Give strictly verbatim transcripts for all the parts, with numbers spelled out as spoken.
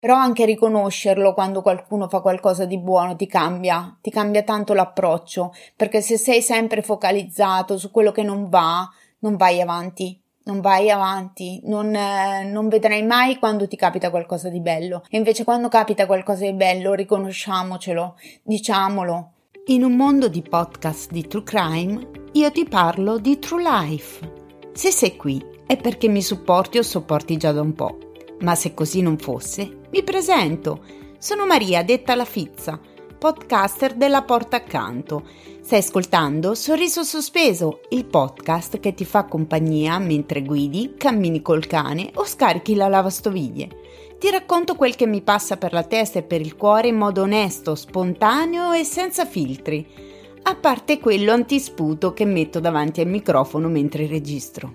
Però anche riconoscerlo quando qualcuno fa qualcosa di buono ti cambia, ti cambia tanto l'approccio, perché se sei sempre focalizzato su quello che non va, non vai avanti. Non vai avanti, non, eh, non vedrai mai quando ti capita qualcosa di bello. E invece quando capita qualcosa di bello, riconosciamocelo, diciamolo. In un mondo di podcast di True Crime, io ti parlo di True Life. Se sei qui è perché mi supporti o sopporti già da un po'. Ma se così non fosse, mi presento. Sono Maria, detta la Fizza, podcaster della Porta Accanto. Stai ascoltando Sorriso Sospeso, il podcast che ti fa compagnia mentre guidi, cammini col cane o scarichi la lavastoviglie. Ti racconto quel che mi passa per la testa e per il cuore in modo onesto, spontaneo e senza filtri, a parte quello antisputo che metto davanti al microfono mentre registro.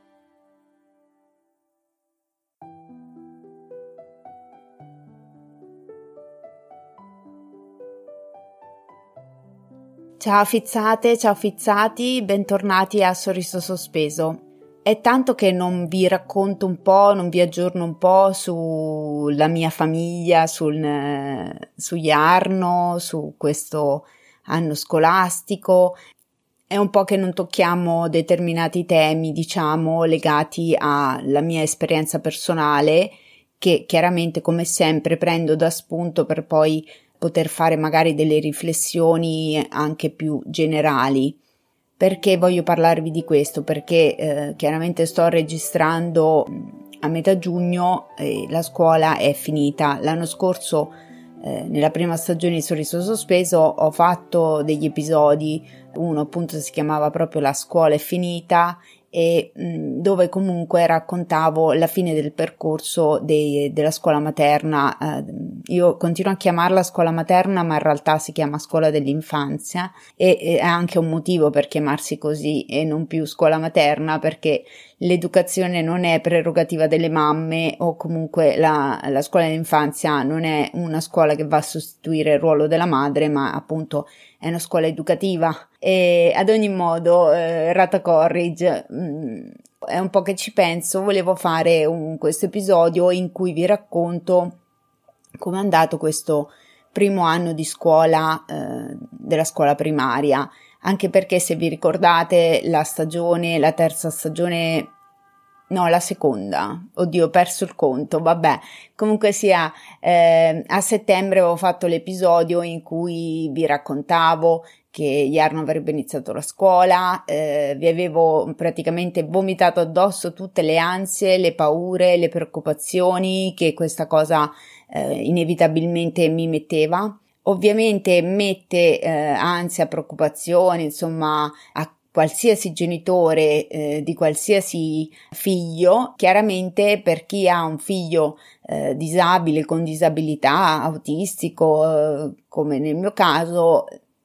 Ciao fizzate, ciao fizzati, bentornati a Sorriso Sospeso. È tanto che non vi racconto un po', non vi aggiorno un po' sulla mia famiglia, sul, su Jarno, su questo anno scolastico. È un po' che non tocchiamo determinati temi, diciamo, legati alla mia esperienza personale, che chiaramente, come sempre, prendo da spunto per poi poter fare magari delle riflessioni anche più generali. Perché voglio parlarvi di questo? Perché eh, chiaramente sto registrando a metà giugno e la scuola è finita. L'anno scorso, eh, nella prima stagione di Sorriso Sospeso, ho fatto degli episodi, uno appunto si chiamava proprio La scuola è finita, e mh, dove comunque raccontavo la fine del percorso dei, della scuola materna. Eh, io continuo a chiamarla scuola materna, ma in realtà si chiama scuola dell'infanzia, e, e ha anche un motivo per chiamarsi così e non più scuola materna, perché l'educazione non è prerogativa delle mamme, o comunque la, la scuola dell'infanzia non è una scuola che va a sostituire il ruolo della madre, ma appunto è una scuola educativa. E ad ogni modo, eh, Rata Corridge, mh, è un po' che ci penso, volevo fare un, questo episodio in cui vi racconto come è andato questo primo anno di scuola, eh, della scuola primaria, anche perché, se vi ricordate, la stagione, la terza stagione, no, la seconda, oddio, ho perso il conto, vabbè, comunque sia, eh, a settembre avevo fatto l'episodio in cui vi raccontavo che Jarno avrebbe iniziato la scuola, eh, vi avevo praticamente vomitato addosso tutte le ansie, le paure, le preoccupazioni che questa cosa eh, inevitabilmente mi metteva. Ovviamente mette eh, ansia, preoccupazioni, insomma, a qualsiasi genitore eh, di qualsiasi figlio. Chiaramente, per chi ha un figlio eh, disabile, con disabilità, autistico, eh, come nel mio caso,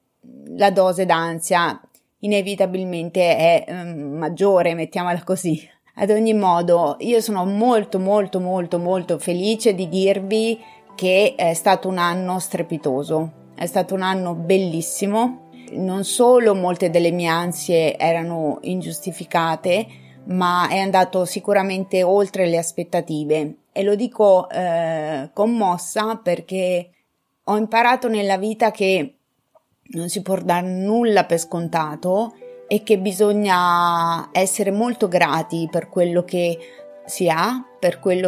la dose d'ansia inevitabilmente è eh, maggiore, mettiamola così. Ad ogni modo, io sono molto molto molto molto felice di dirvi che è stato un anno strepitoso, è stato un anno bellissimo. Non solo molte delle mie ansie erano ingiustificate, ma è andato sicuramente oltre le aspettative, e lo dico eh, commossa, perché ho imparato nella vita che non si può dar nulla per scontato e che bisogna essere molto grati per quello che si ha, per quello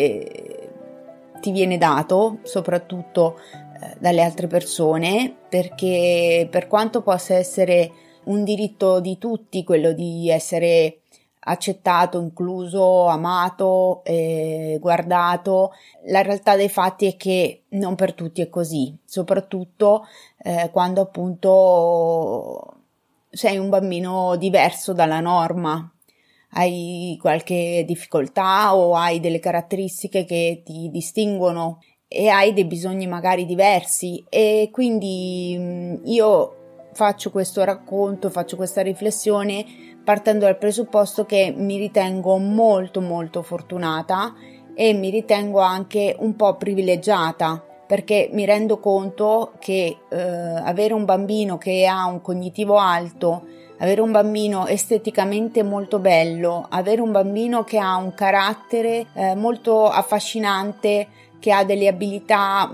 che ti viene dato, soprattutto eh, dalle altre persone, perché per quanto possa essere un diritto di tutti quello di essere accettato, incluso, amato, eh, guardato, la realtà dei fatti è che non per tutti è così, soprattutto eh, quando appunto sei un bambino diverso dalla norma, hai qualche difficoltà o hai delle caratteristiche che ti distinguono e hai dei bisogni magari diversi, e quindi mh, io faccio questo racconto, faccio questa riflessione partendo dal presupposto che mi ritengo molto molto fortunata e mi ritengo anche un po' privilegiata, perché mi rendo conto che eh, avere un bambino che ha un cognitivo alto, avere un bambino esteticamente molto bello, avere un bambino che ha un carattere eh, molto affascinante, che ha delle abilità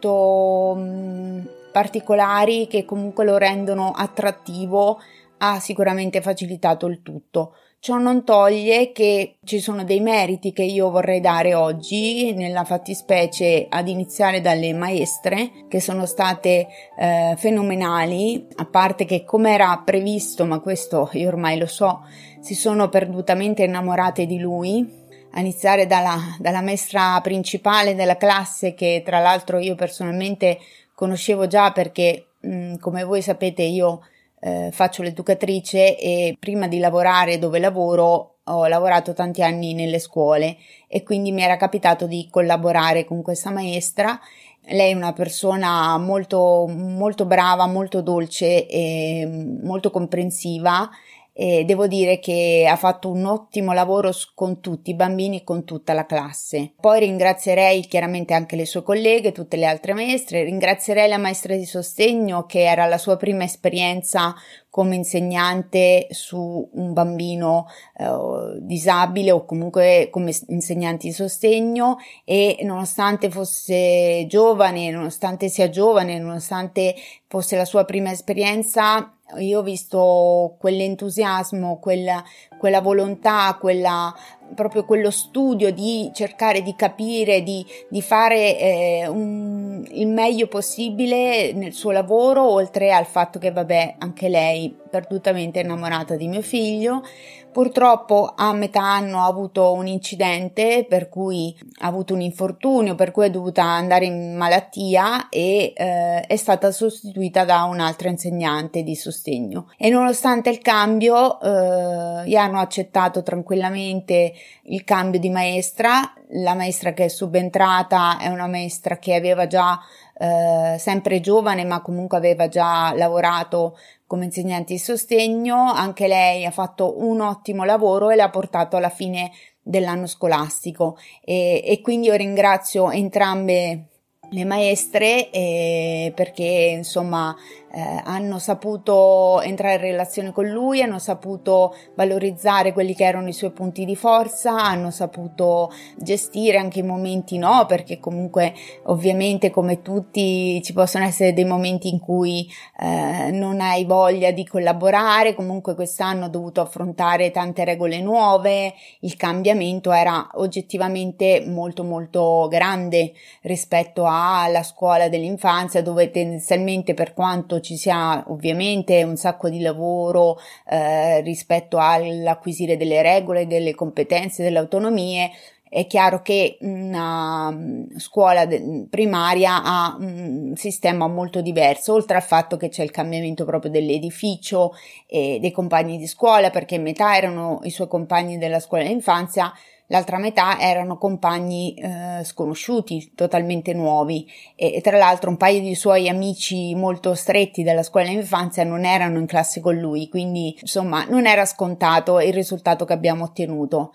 molto mh, particolari che comunque lo rendono attrattivo, ha sicuramente facilitato il tutto. Ciò non toglie che ci sono dei meriti che io vorrei dare oggi, nella fattispecie ad iniziare dalle maestre, che sono state eh, fenomenali, a parte che come era previsto, ma questo io ormai lo so, si sono perdutamente innamorate di lui, a iniziare dalla, dalla maestra principale della classe, che tra l'altro io personalmente conoscevo già perché, mh, come voi sapete, io Eh, faccio l'educatrice e prima di lavorare dove lavoro ho lavorato tanti anni nelle scuole e quindi mi era capitato di collaborare con questa maestra. Lei è una persona molto, molto brava, molto dolce e molto comprensiva, e devo dire che ha fatto un ottimo lavoro con tutti i bambini e con tutta la classe. Poi ringrazierei chiaramente anche le sue colleghe, tutte le altre maestre, ringrazierei la maestra di sostegno che era la sua prima esperienza come insegnante su un bambino eh, disabile o comunque come insegnante di sostegno, e nonostante fosse giovane, nonostante sia giovane, nonostante fosse la sua prima esperienza, io ho visto quell'entusiasmo, quella, quella volontà, quella, proprio quello studio di cercare di capire, di, di fare eh, un, il meglio possibile nel suo lavoro, oltre al fatto che, vabbè, anche lei perdutamente innamorata di mio figlio. Purtroppo a metà anno ha avuto un incidente per cui ha avuto un infortunio, per cui è dovuta andare in malattia e eh, è stata sostituita da un'altra insegnante di sostegno. E nonostante il cambio, eh, gli hanno accettato tranquillamente il cambio di maestra. La maestra che è subentrata è una maestra che aveva già eh, sempre giovane, ma comunque aveva già lavorato come insegnante di sostegno. Anche lei ha fatto un ottimo lavoro e l'ha portato alla fine dell'anno scolastico, e, e quindi io ringrazio entrambe le maestre eh, perché insomma eh, hanno saputo entrare in relazione con lui, hanno saputo valorizzare quelli che erano i suoi punti di forza, hanno saputo gestire anche i momenti no, perché comunque ovviamente come tutti ci possono essere dei momenti in cui eh, non hai voglia di collaborare. Comunque quest'anno ho dovuto affrontare tante regole nuove, il cambiamento era oggettivamente molto molto grande rispetto alla scuola dell'infanzia, dove tendenzialmente, per quanto ci sia ovviamente un sacco di lavoro eh, rispetto all'acquisire delle regole, delle competenze, delle autonomie, è chiaro che una scuola primaria ha un sistema molto diverso, oltre al fatto che c'è il cambiamento proprio dell'edificio e dei compagni di scuola, perché metà erano i suoi compagni della scuola dell'infanzia, l'altra metà erano compagni eh, sconosciuti, totalmente nuovi, e, e tra l'altro un paio di suoi amici molto stretti della scuola dell'infanzia non erano in classe con lui, quindi insomma non era scontato il risultato che abbiamo ottenuto.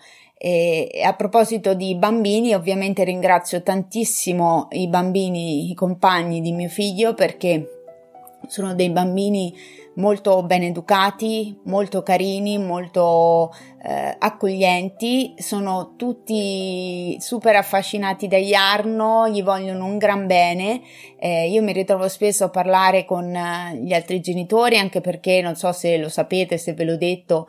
E a proposito di bambini, ovviamente ringrazio tantissimo i bambini, i compagni di mio figlio, perché sono dei bambini molto ben educati, molto carini, molto eh, accoglienti, sono tutti super affascinati da Jarno, gli vogliono un gran bene. Eh, io mi ritrovo spesso a parlare con eh, gli altri genitori, anche perché non so se lo sapete, se ve l'ho detto,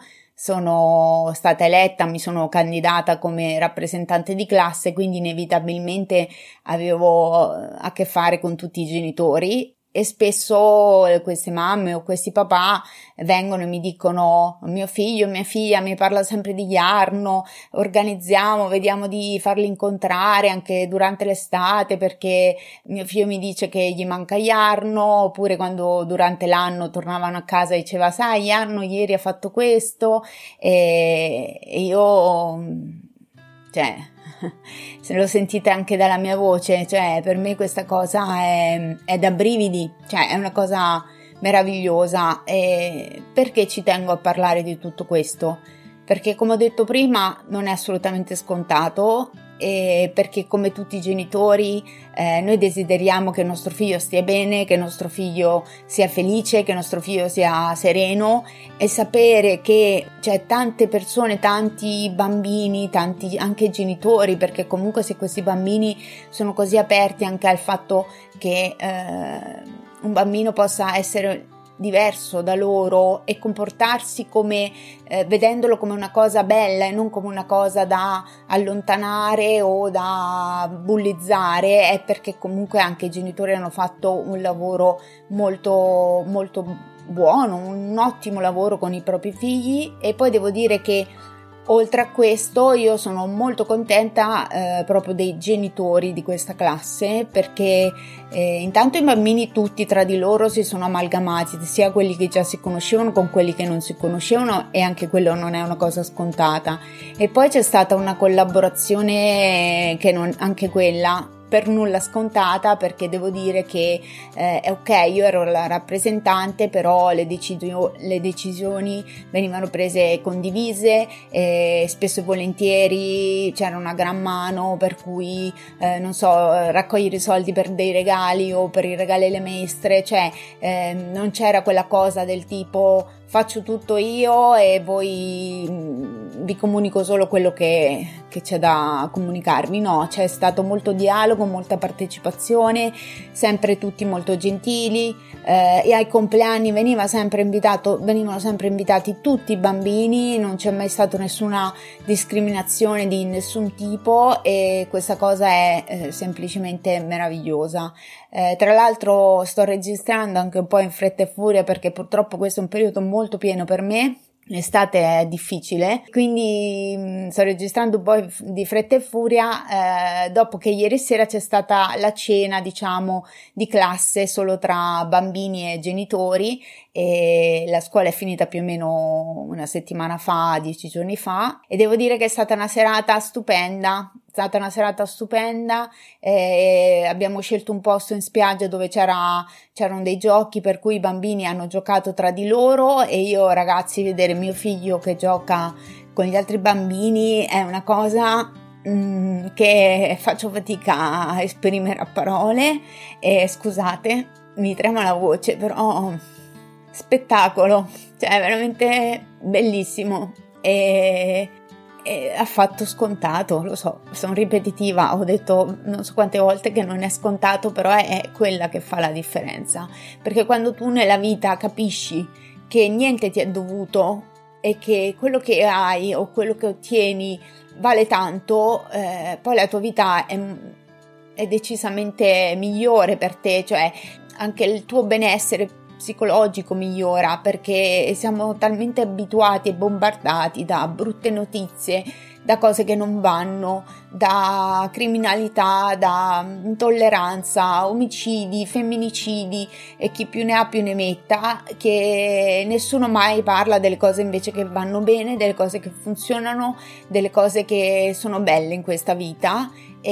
sono stata eletta, mi sono candidata come rappresentante di classe, quindi inevitabilmente avevo a che fare con tutti i genitori. E spesso queste mamme o questi papà vengono e mi dicono: mio figlio, mia figlia mi parla sempre di Jarno, organizziamo, vediamo di farli incontrare anche durante l'estate, perché mio figlio mi dice che gli manca Jarno. Oppure quando durante l'anno tornavano a casa diceva: sai, Jarno ieri ha fatto questo, e, e io cioè se lo sentite anche dalla mia voce, cioè per me questa cosa è, è da brividi, cioè è una cosa meravigliosa. E perché ci tengo a parlare di tutto questo? Perché, come ho detto prima, non è assolutamente scontato. e perché come tutti i genitori eh, noi desideriamo che il nostro figlio stia bene, che il nostro figlio sia felice, che il nostro figlio sia sereno, e sapere che c'è tante persone, tanti bambini, tanti anche genitori, perché comunque se questi bambini sono così aperti anche al fatto che eh, un bambino possa essere diverso da loro e comportarsi come eh, vedendolo come una cosa bella e non come una cosa da allontanare o da bullizzare, è perché comunque anche i genitori hanno fatto un lavoro molto molto buono, un ottimo lavoro con i propri figli. E poi devo dire che oltre a questo io sono molto contenta eh, proprio dei genitori di questa classe, perché eh, intanto i bambini tutti tra di loro si sono amalgamati, sia quelli che già si conoscevano con quelli che non si conoscevano, e anche quello non è una cosa scontata. E poi c'è stata una collaborazione che non, anche quella per nulla scontata, perché devo dire che eh, è ok, io ero la rappresentante, però le, decidio- le decisioni venivano prese condivise, e spesso e volentieri c'era una gran mano, per cui eh, non so, raccogliere i soldi per dei regali o per i regali alle maestre, cioè eh, non c'era quella cosa del tipo faccio tutto io e voi vi comunico solo quello che, che c'è da comunicarvi. No, c'è stato molto dialogo, molta partecipazione, sempre tutti molto gentili, eh, e ai compleanni veniva sempre invitato, venivano sempre invitati tutti i bambini, non c'è mai stata nessuna discriminazione di nessun tipo, e questa cosa è eh, semplicemente meravigliosa. Eh, tra l'altro sto registrando anche un po' in fretta e furia, perché purtroppo questo è un periodo molto pieno per me. L'estate è difficile, quindi mh, sto registrando un po' di fretta e furia eh, dopo che ieri sera c'è stata la cena, diciamo, di classe solo tra bambini e genitori, e la scuola è finita più o meno una settimana fa, dieci giorni fa, e devo dire che è stata una serata stupenda. È stata una serata stupenda, eh, abbiamo scelto un posto in spiaggia dove c'era, c'erano dei giochi, per cui i bambini hanno giocato tra di loro, e io, ragazzi, vedere mio figlio che gioca con gli altri bambini è una cosa mm, che faccio fatica a esprimere a parole, e scusate, mi trema la voce, però spettacolo, cioè veramente bellissimo. E E ha fatto scontato, lo so, sono ripetitiva, ho detto non so quante volte che non è scontato, però è, è quella che fa la differenza, perché quando tu nella vita capisci che niente ti è dovuto e che quello che hai o quello che ottieni vale tanto, eh, poi la tua vita è, è decisamente migliore per te, cioè anche il tuo benessere psicologico migliora, perché siamo talmente abituati e bombardati da brutte notizie, da cose che non vanno, da criminalità, da intolleranza, omicidi, femminicidi e chi più ne ha più ne metta, che nessuno mai parla delle cose invece che vanno bene, delle cose che funzionano, delle cose che sono belle in questa vita.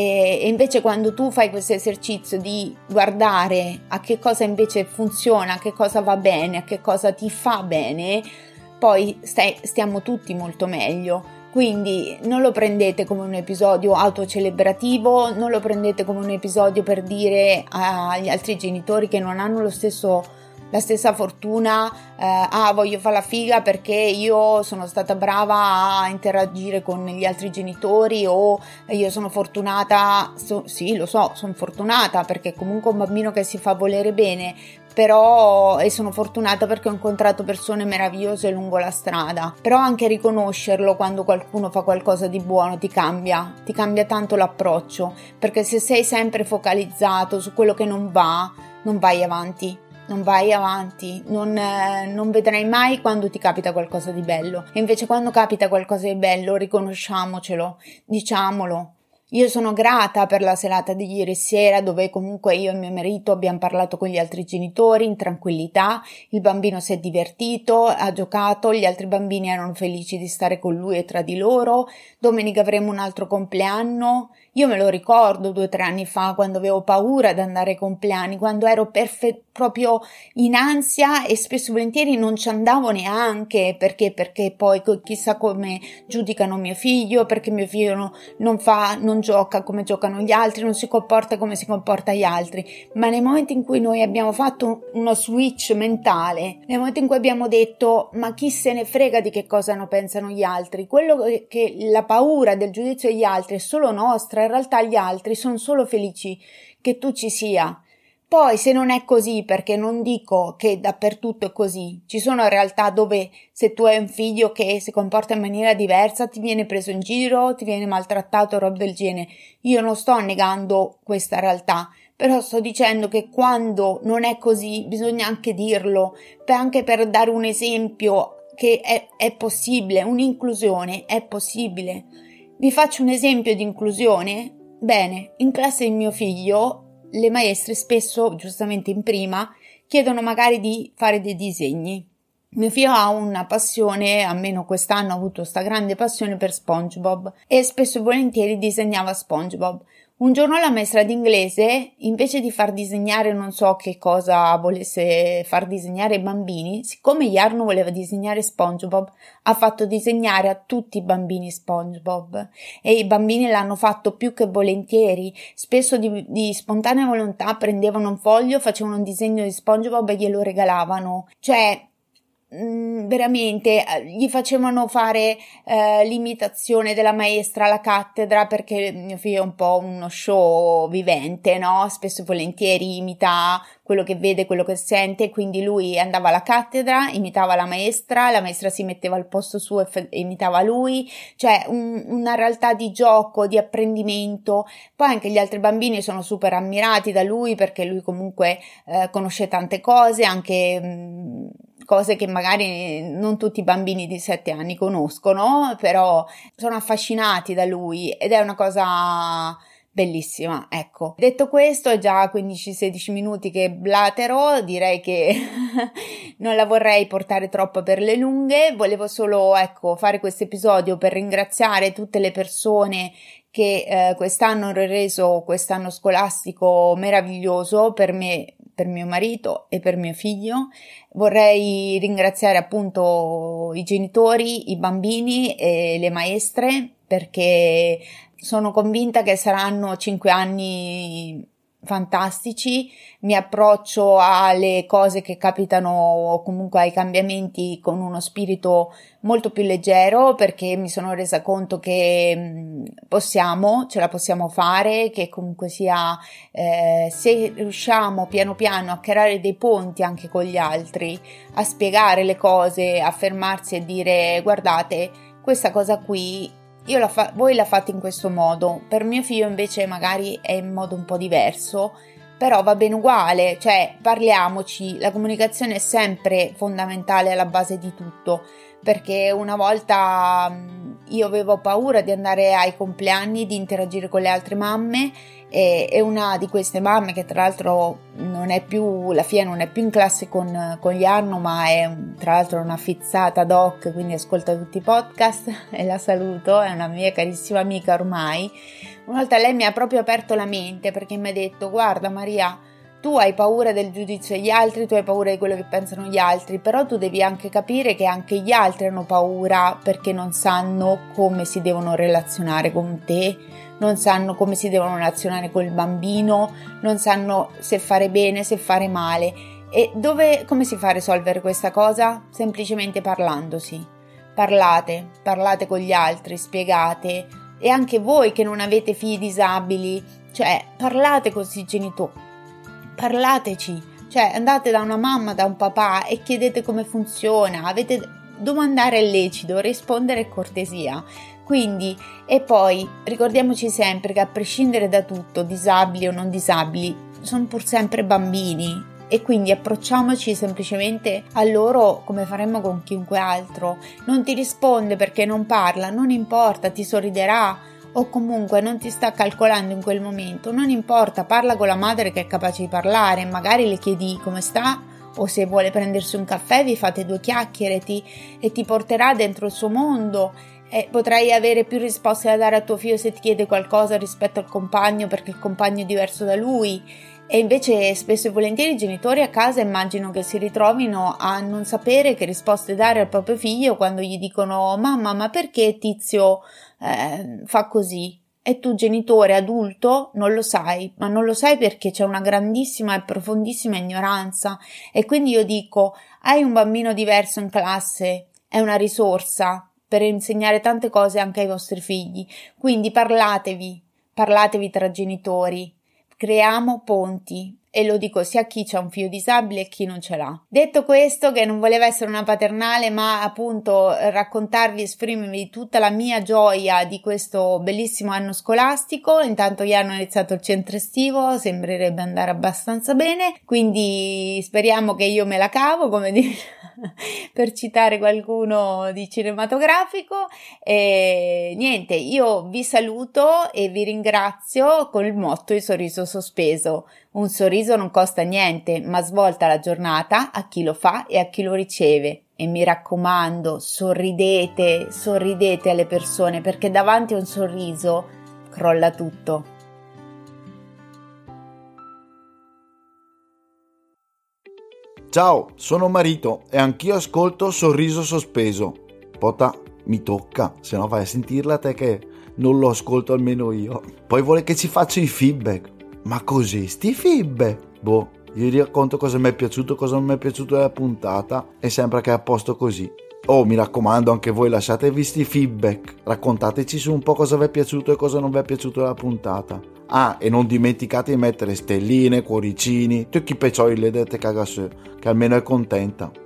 E invece quando tu fai questo esercizio di guardare a che cosa invece funziona, a che cosa va bene, a che cosa ti fa bene, poi stai, stiamo tutti molto meglio. Quindi non lo prendete come un episodio autocelebrativo, non lo prendete come un episodio per dire agli altri genitori che non hanno lo stesso la stessa fortuna, eh, ah voglio fare la figa perché io sono stata brava a interagire con gli altri genitori, o io sono fortunata, so, sì lo so, sono fortunata perché comunque un bambino che si fa volere bene, però e sono fortunata perché ho incontrato persone meravigliose lungo la strada. Però anche riconoscerlo quando qualcuno fa qualcosa di buono ti cambia, ti cambia tanto l'approccio, perché se sei sempre focalizzato su quello che non va, non vai avanti. Non vai avanti, non, eh, non vedrai mai quando ti capita qualcosa di bello. E invece quando capita qualcosa di bello, riconosciamocelo, diciamolo. Io sono grata per la serata di ieri sera, dove comunque io e mio marito abbiamo parlato con gli altri genitori in tranquillità, il bambino si è divertito, ha giocato, gli altri bambini erano felici di stare con lui e tra di loro. Domenica avremo un altro compleanno Io me lo ricordo due o tre anni fa, quando avevo paura ad andare ai compleanni, quando ero perfe- proprio in ansia e spesso e volentieri non ci andavo neanche, perché perché poi chissà come giudicano mio figlio, perché mio figlio no, non fa, non gioca come giocano gli altri, non si comporta come si comporta gli altri. Ma nel momento in cui noi abbiamo fatto uno switch mentale, nel momento in cui abbiamo detto ma chi se ne frega di che cosa ne pensano gli altri, quello che la paura del giudizio degli altri è solo nostra, in realtà gli altri sono solo felici che tu ci sia. Poi se non è così, perché non dico che dappertutto è così, ci sono realtà dove se tu hai un figlio che si comporta in maniera diversa ti viene preso in giro, ti viene maltrattato, roba del genere. Io non sto negando questa realtà, però sto dicendo che quando non è così bisogna anche dirlo, per, anche per dare un esempio che è, è possibile, un'inclusione è possibile. Vi faccio un esempio di inclusione? Bene, in classe di mio figlio le maestre spesso, giustamente in prima, chiedono magari di fare dei disegni. Mio figlio ha una passione, almeno quest'anno ha avuto questa grande passione per SpongeBob e spesso e volentieri disegnava SpongeBob. Un giorno la maestra d'inglese, invece di far disegnare non so che cosa volesse far disegnare ai bambini, siccome Jarno voleva disegnare SpongeBob, ha fatto disegnare a tutti i bambini SpongeBob e i bambini l'hanno fatto più che volentieri. Spesso di, di spontanea volontà prendevano un foglio, facevano un disegno di SpongeBob e glielo regalavano. Cioè, veramente gli facevano fare eh, l'imitazione della maestra alla cattedra, perché mio figlio è un po' uno show vivente, no? Spesso e volentieri imita quello che vede, quello che sente, quindi lui andava alla cattedra, imitava la maestra, la maestra si metteva al posto suo e f- imitava lui, cioè un, una realtà di gioco, di apprendimento. Poi anche gli altri bambini sono super ammirati da lui, perché lui comunque eh, conosce tante cose, anche mh, cose che magari non tutti i bambini di sette anni conoscono, però sono affascinati da lui ed è una cosa bellissima. Ecco, detto questo, è già quindici sedici minuti che blatero, direi che non la vorrei portare troppo per le lunghe. Volevo solo, ecco, fare questo episodio per ringraziare tutte le persone che eh, quest'anno hanno reso quest'anno scolastico meraviglioso per me, per mio marito e per mio figlio. Vorrei ringraziare appunto i genitori, i bambini e le maestre, perché sono convinta che saranno cinque anni fantastici. Mi approccio alle cose che capitano o comunque ai cambiamenti con uno spirito molto più leggero, perché mi sono resa conto che possiamo, ce la possiamo fare, che comunque sia eh, se riusciamo piano piano a creare dei ponti anche con gli altri, a spiegare le cose, a fermarsi e dire guardate, questa cosa qui io la fa- voi la fate in questo modo, per mio figlio invece magari è in modo un po' diverso, però va bene uguale, cioè parliamoci, la comunicazione è sempre fondamentale alla base di tutto, perché una volta io avevo paura di andare ai compleanni, di interagire con le altre mamme e, e una di queste mamme, che tra l'altro non è più, la figlia non è più in classe con, con Jarno, ma è tra l'altro una fizzata doc, quindi ascolta tutti i podcast e la saluto, è una mia carissima amica ormai. Una volta lei mi ha proprio aperto la mente, perché mi ha detto guarda Maria, tu hai paura del giudizio degli altri, tu hai paura di quello che pensano gli altri, però tu devi anche capire che anche gli altri hanno paura perché non sanno come si devono relazionare con te, non sanno come si devono relazionare col bambino, non sanno se fare bene, se fare male. E dove, come si fa a risolvere questa cosa? Semplicemente parlandosi. Parlate, parlate con gli altri, spiegate. E anche voi che non avete figli disabili, cioè parlate con i genitori, parlateci, cioè andate da una mamma, da un papà e chiedete come funziona. Avete domandare è lecito, rispondere è cortesia. Quindi, e poi ricordiamoci sempre che a prescindere da tutto, disabili o non disabili, sono pur sempre bambini, e quindi approcciamoci semplicemente a loro come faremmo con chiunque altro. Non ti risponde perché non parla, non importa, ti sorriderà o comunque non ti sta calcolando in quel momento, non importa, parla con la madre che è capace di parlare, magari le chiedi come sta o se vuole prendersi un caffè, vi fate due chiacchiere ti, e ti porterà dentro il suo mondo. E potrai avere più risposte da dare a tuo figlio se ti chiede qualcosa rispetto al compagno, perché il compagno è diverso da lui. E invece spesso e volentieri i genitori a casa immagino che si ritrovino a non sapere che risposte dare al proprio figlio quando gli dicono: mamma, ma perché Tizio eh, fa così? E tu, genitore adulto, non lo sai, ma non lo sai perché c'è una grandissima e profondissima ignoranza. E quindi io dico: hai un bambino diverso in classe, è una risorsa per insegnare tante cose anche ai vostri figli. Quindi parlatevi, parlatevi tra genitori, creiamo ponti. E lo dico sia a chi c'ha un figlio disabile e chi non ce l'ha. Detto questo, che non voleva essere una paternale, ma appunto raccontarvi, esprimervi tutta la mia gioia di questo bellissimo anno scolastico. Intanto gli hanno iniziato il centro estivo, sembrerebbe andare abbastanza bene, quindi speriamo che io me la cavo, come dire, per citare qualcuno di cinematografico. E niente, io vi saluto e vi ringrazio con il motto: il sorriso sospeso. Un sorriso non costa niente, ma svolta la giornata a chi lo fa e a chi lo riceve. E mi raccomando, sorridete, sorridete alle persone, perché davanti a un sorriso crolla tutto. Ciao, sono Marito e anch'io ascolto Sorriso Sospeso. Pota, mi tocca, se no vai a sentirla te che non lo ascolto almeno io. Poi vuole che ci faccia i feedback. Ma così, sti feedback? Boh, io vi racconto cosa mi è piaciuto, cosa non mi è piaciuto della puntata e sembra che è a posto così. Oh, mi raccomando, anche voi lasciatevi sti feedback. Raccontateci su un po' cosa vi è piaciuto e cosa non vi è piaciuto della puntata. Ah, e non dimenticate di mettere stelline, cuoricini, tutti i peccioli le dette cagasse, che almeno è contenta.